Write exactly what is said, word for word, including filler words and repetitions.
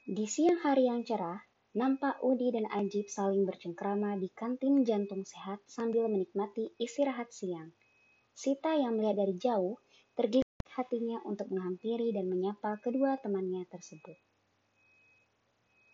Di siang hari yang cerah, nampak Udi dan Ajib saling bercengkrama di kantin Jantung Sehat sambil menikmati istirahat siang. Sita yang melihat dari jauh, tergelik hatinya untuk menghampiri dan menyapa kedua temannya tersebut.